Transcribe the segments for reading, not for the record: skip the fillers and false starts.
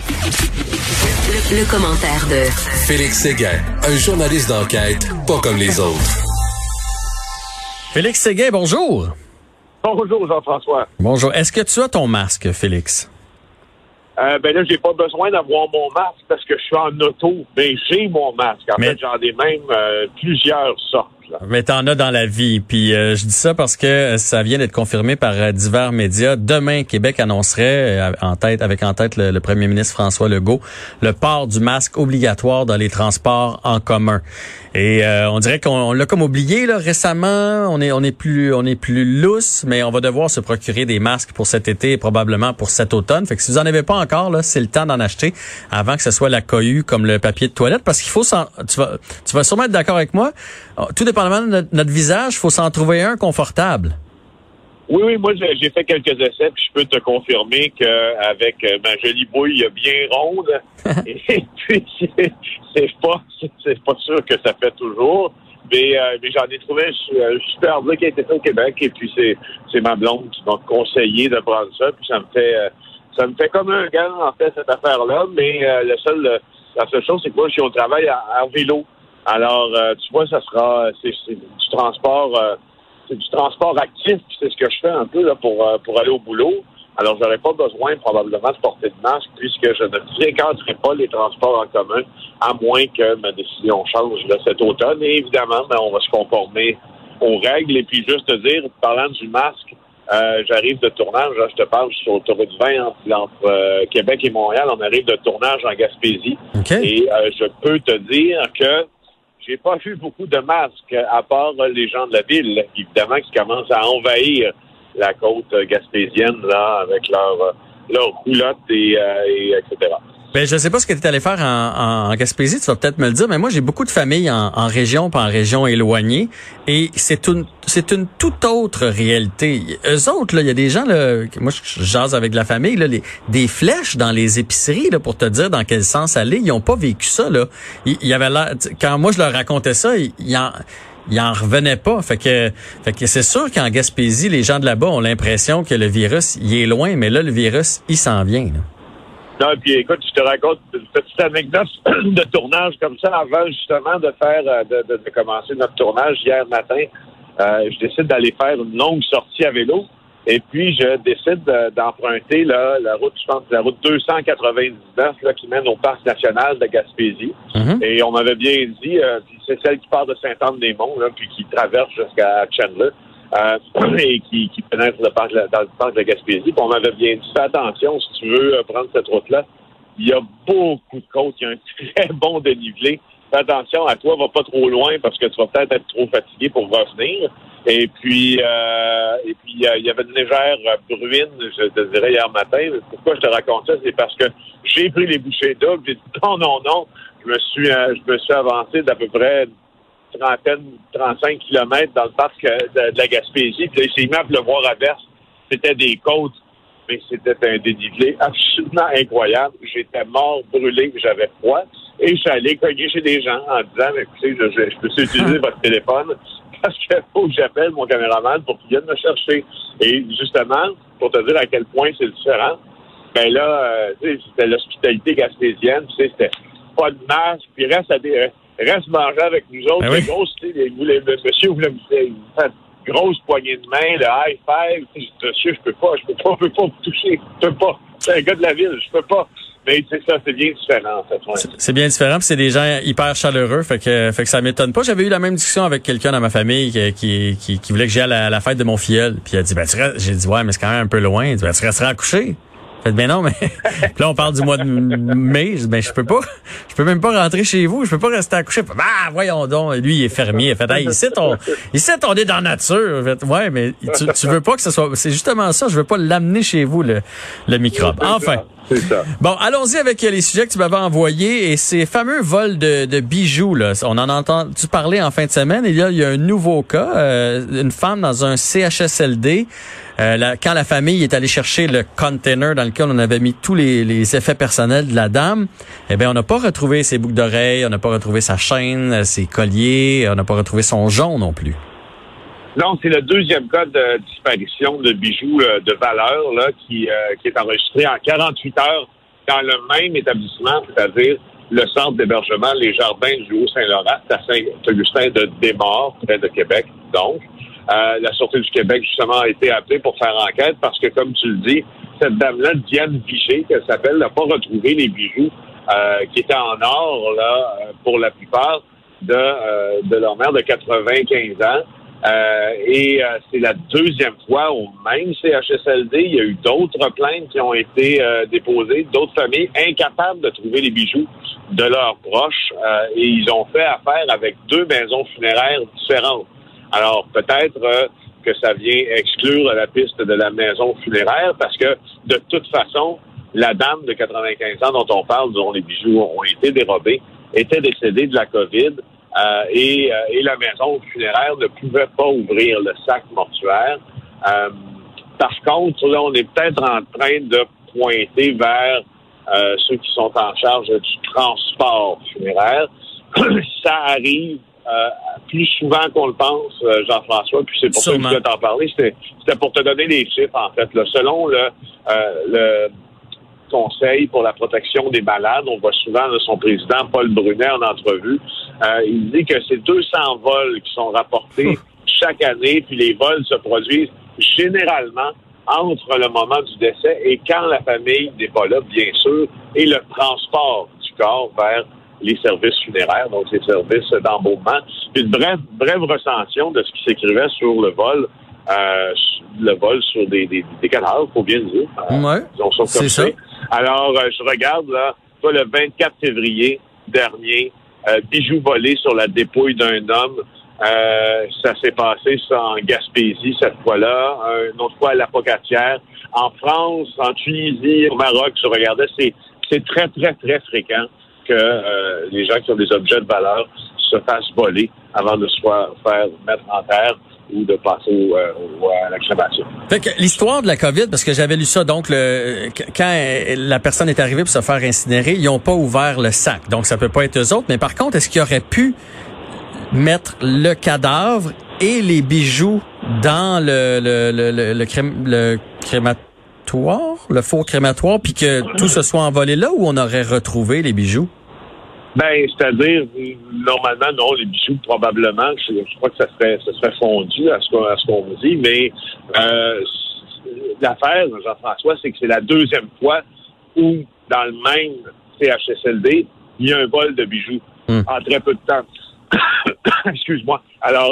Le commentaire de Félix Séguin, un journaliste d'enquête pas comme les autres. Félix Séguin, bonjour. Bonjour Jean-François. Bonjour. Est-ce que tu as ton masque, Félix? Ben là, j'ai pas besoin d'avoir mon masque parce que je suis en auto, mais j'ai mon masque. En fait, j'en ai même plusieurs sortes. Là. Mais t'en as dans la vie. Puis je dis ça parce que ça vient d'être confirmé par divers médias. Demain, Québec annoncerait, avec en tête le premier ministre François Legault, le port du masque obligatoire dans les transports en commun. Et on dirait qu'on l'a comme oublié là récemment. On est plus lousse, mais on va devoir se procurer des masques pour cet été et probablement pour cet automne. Fait que si vous en avez pas encore là, c'est le temps d'en acheter avant que ce soit la cohue comme le papier de toilette, parce qu'il faut tu vas sûrement être d'accord avec moi. Tout dépendamment de notre visage, il faut s'en trouver un confortable. Oui, moi j'ai fait quelques essais, puis je peux te confirmer qu'avec ma jolie bouille bien ronde, et puis c'est pas sûr que ça fait toujours, mais j'en ai trouvé un super bleu qui a été fait au Québec, et puis c'est ma blonde qui m'a conseillé de prendre ça, puis ça me fait comme un gant en fait cette affaire-là, mais la seule chose c'est que moi je suis au travail en vélo, alors tu vois c'est du transport. C'est du transport actif, puis c'est ce que je fais un peu là pour aller au boulot. Alors, j'aurais pas besoin probablement de porter de masque puisque je ne fréquenterai pas les transports en commun, à moins que ma décision change là, cet automne. Et évidemment, on va se conformer aux règles. Et puis, juste te dire, parlant du masque, j'arrive de tournage, là, je te parle sur l'autoroute 20 entre Québec et Montréal. On arrive de tournage en Gaspésie. Okay. Et je peux te dire que j'ai pas vu beaucoup de masques, à part les gens de la ville, évidemment, qui commencent à envahir la côte gaspésienne là avec leurs roulottes et etc. Ben, je sais pas ce que tu es allé faire en Gaspésie, tu vas peut-être me le dire, mais moi j'ai beaucoup de familles en région, pas en région éloignée, et c'est une toute autre réalité. Eux autres, là, il y a des gens là, moi je jase avec la famille là, des flèches dans les épiceries là pour te dire dans quel sens aller, ils ont pas vécu ça là. Il y avait là quand moi je leur racontais ça, ils en revenaient pas. Fait que c'est sûr qu'en Gaspésie, les gens de là-bas ont l'impression que le virus il est loin, mais là le virus il s'en vient là. Non, puis écoute, je te raconte une petite anecdote de tournage comme ça avant justement de faire de commencer notre tournage hier matin. Je décide d'aller faire une longue sortie à vélo et puis je décide d'emprunter là, la route 299 là, qui mène au Parc national de Gaspésie. Mm-hmm. Et on m'avait bien dit, c'est celle qui part de Sainte-Anne-des-Monts, là, puis qui traverse jusqu'à Chandler. Et qui pénètre dans le parc de Gaspésie. Puis on m'avait bien dit, fais attention, si tu veux prendre cette route-là, il y a beaucoup de côtes, il y a un très bon dénivelé. Fais attention à toi, va pas trop loin parce que tu vas peut-être être trop fatigué pour revenir. Et puis il y avait une légère bruine, je te dirais, hier matin. Pourquoi je te raconte ça? C'est parce que j'ai pris les bouchées doubles. J'ai dit non. Je me suis avancé d'à peu près 35 kilomètres dans le parc de la Gaspésie. Puis là, il s'est mis à pleuvoir à verse. C'était des côtes, mais c'était un dénivelé absolument incroyable. J'étais mort, brûlé, j'avais froid. Et je suis allé cogner chez des gens en disant, écoutez, je peux utiliser votre téléphone parce qu'il faut que j'appelle mon caméraman pour qu'il vienne me chercher. Et justement, pour te dire à quel point c'est différent, ben là, c'était l'hospitalité gaspésienne, c'était pas de masque, puis reste manger avec nous autres. Ben oui. Grosse, le monsieur voulait me faire une grosse poignée de main, le high five. Monsieur, je peux pas vous toucher. Je peux pas. C'est un gars de la ville, je peux pas. Mais c'est ça, c'est bien différent, cette fois. C'est bien différent, puis c'est des gens hyper chaleureux, fait que ça m'étonne pas. J'avais eu la même discussion avec quelqu'un dans ma famille qui voulait que j'aille à la fête de mon filleul. Puis il a dit, j'ai dit, ouais, mais c'est quand même un peu loin. Il dit, tu resteras à coucher. Fait ben non, mais puis là on parle du mois de mai, je dis, je peux même pas rentrer chez vous, je peux pas rester à coucher. Bah voyons donc, lui il est fermier, fait ici on est dans la nature. Fait, ouais, mais tu veux pas que ce soit, c'est justement ça, je veux pas l'amener chez vous le microbe. Enfin. C'est ça. Bon, allons-y avec les sujets que tu m'avais envoyés et ces fameux vols de bijoux là. On en a entendu parler en fin de semaine et là il y a un nouveau cas, une femme dans un CHSLD. Quand la famille est allée chercher le container dans lequel on avait mis tous les effets personnels de la dame, eh bien, on n'a pas retrouvé ses boucles d'oreilles, on n'a pas retrouvé sa chaîne, ses colliers, on n'a pas retrouvé son jonc non plus. Non, c'est le deuxième cas de disparition de bijoux de valeur là qui est enregistré en 48 heures dans le même établissement, c'est-à-dire le centre d'hébergement Les Jardins du Haut-Saint-Laurent, c'est à Saint-Augustin de Desmaures, près de Québec, donc. La Sûreté du Québec, justement, a été appelée pour faire enquête parce que, comme tu le dis, cette dame-là, Diane Vigé, qu'elle s'appelle, n'a pas retrouvé les bijoux qui étaient en or, là, pour la plupart, de leur mère de 95 ans. C'est la deuxième fois au même CHSLD. Il y a eu d'autres plaintes qui ont été déposées, d'autres familles incapables de trouver les bijoux de leurs proches. Et ils ont fait affaire avec 2 maisons funéraires différentes. Alors, peut-être que ça vient exclure la piste de la maison funéraire parce que, de toute façon, la dame de 95 ans dont on parle, dont les bijoux ont été dérobés, était décédée de la COVID et la maison funéraire ne pouvait pas ouvrir le sac mortuaire. Par contre, là, on est peut-être en train de pointer vers ceux qui sont en charge du transport funéraire. Ça arrive plus souvent qu'on le pense, Jean-François, puis c'est pour ça que je voulais t'en parler. C'était pour te donner des chiffres, en fait. Là. Selon le Conseil pour la protection des malades, on voit souvent son président, Paul Brunet, en entrevue, il dit que c'est 200 vols qui sont rapportés chaque année, puis les vols se produisent généralement entre le moment du décès et quand la famille n'est pas là, bien sûr, et le transport du corps vers les services funéraires, donc les services d'embaumement. Puis une brève recension de ce qui s'écrivait sur le vol sur des cadavres, faut bien le dire. Ouais, c'est ça. Alors, je regarde, là, le 24 février dernier, bijoux volés sur la dépouille d'un homme. Ça s'est passé en Gaspésie cette fois-là, une autre fois à la Pocatière. En France, en Tunisie, au Maroc, je regardais, c'est très, très, très fréquent que les gens qui ont des objets de valeur se fassent voler avant de se faire mettre en terre ou de passer à la crémation. Fait que l'histoire de la COVID, parce que j'avais lu ça, donc quand la personne est arrivée pour se faire incinérer, ils n'ont pas ouvert le sac. Donc ça peut pas être eux autres. Mais par contre, est-ce qu'ils auraient pu mettre le cadavre et les bijoux dans le crématoire, le four crématoire, puis que tout se soit envolé là, où on aurait retrouvé les bijoux? Ben, c'est-à-dire, normalement, non, les bijoux, probablement, je crois que ça serait fondu à ce qu'on vous dit, mais l'affaire, Jean-François, c'est que c'est la deuxième fois où, dans le même CHSLD, il y a un vol de bijoux en très peu de temps. Excuse-moi. Alors,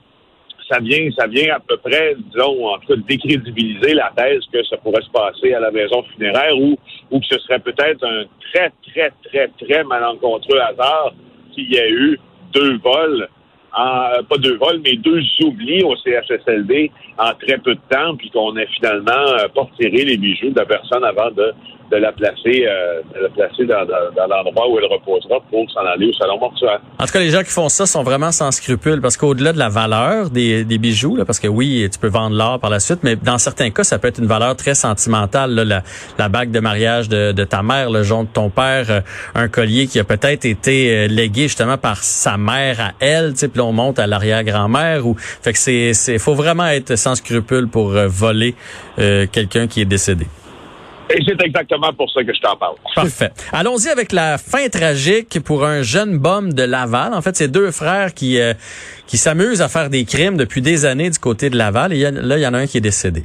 ça vient à peu près, disons, en tout cas, décrédibiliser la thèse que ça pourrait se passer à la maison funéraire ou que ce serait peut-être un très, très, très, très malencontreux hasard qu'il y ait eu 2 vols, pas 2 vols, mais 2 oublis au CHSLD en très peu de temps, puis qu'on ait finalement pas retiré les bijoux de la personne avant de la placer dans l'endroit où elle reposera pour s'en aller au salon mortuaire. En tout cas, les gens qui font ça sont vraiment sans scrupules parce qu'au-delà de la valeur des bijoux, là, parce que oui, tu peux vendre l'or par la suite, mais dans certains cas, ça peut être une valeur très sentimentale. Là, la bague de mariage de ta mère, le jonc de ton père, un collier qui a peut-être été légué justement par sa mère à elle, tu sais, puis là, on monte à l'arrière-grand-mère. Fait que faut vraiment être sans scrupules pour voler quelqu'un qui est décédé. Et c'est exactement pour ça que je t'en parle. Parfait. Allons-y avec la fin tragique pour un jeune bum de Laval. En fait, c'est 2 frères qui s'amusent à faire des crimes depuis des années du côté de Laval. Et là, il y en a un qui est décédé.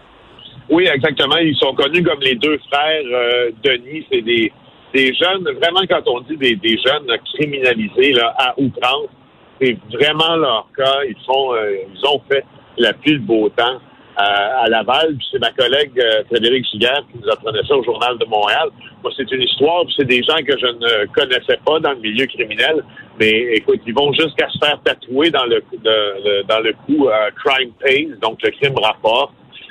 Oui, exactement. Ils sont connus comme les 2 frères Denis. C'est des jeunes, vraiment, quand on dit des jeunes criminalisés là, à outrance, c'est vraiment leur cas. Ils ont fait la pluie de beau temps à Laval, puis c'est ma collègue Frédéric Giguère qui nous apprenait ça au Journal de Montréal. Moi, c'est une histoire, puis c'est des gens que je ne connaissais pas dans le milieu criminel, mais écoute, ils vont jusqu'à se faire tatouer dans le coup Crime Pays, donc le crime rapporte,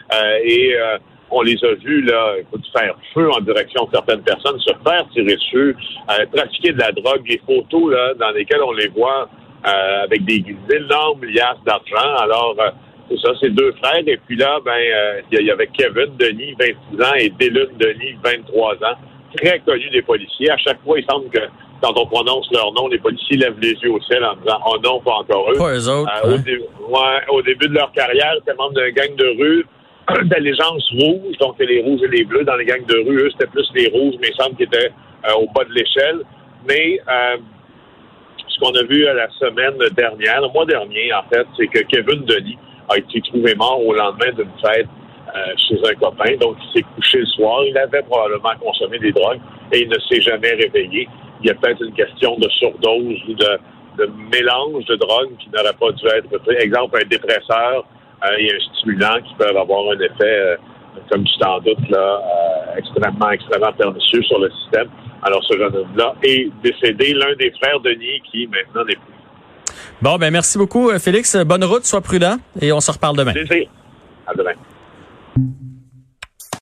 et on les a vus là, écoute, faire feu en direction de certaines personnes, se faire tirer dessus, pratiquer de la drogue, des photos là dans lesquelles on les voit avec des énormes liasses d'argent. Alors c'est ça, c'est 2 frères. Et puis là, il y avait Kevin Denis, 26 ans, et Dylan Denis, 23 ans, très connus des policiers. À chaque fois, il semble que quand on prononce leur nom, les policiers lèvent les yeux au ciel en disant « Oh non, pas encore eux ». Pas eux autres. Au début de leur carrière, ils étaient membres d'un gang de rue. d'allégeance rouge, donc les rouges et les bleus. Dans les gangs de rue, eux, c'était plus les rouges, mais il semble qu'ils étaient au bas de l'échelle. Mais ce qu'on a vu la semaine dernière, le mois dernier, en fait, c'est que Kevin Denis a été trouvé mort au lendemain d'une fête chez un copain. Donc, il s'est couché le soir. Il avait probablement consommé des drogues et il ne s'est jamais réveillé. Il y a peut-être une question de surdose ou de mélange de drogues qui n'aurait pas dû être pris. Exemple, un dépresseur et un stimulant qui peuvent avoir un effet, comme tu t'en doutes, là, extrêmement pernicieux sur le système. Alors, ce jeune homme-là est décédé, l'un des frères Denis qui maintenant n'est plus. Bon, ben merci beaucoup, Félix. Bonne route, sois prudent et on se reparle demain. Plaisir. À demain.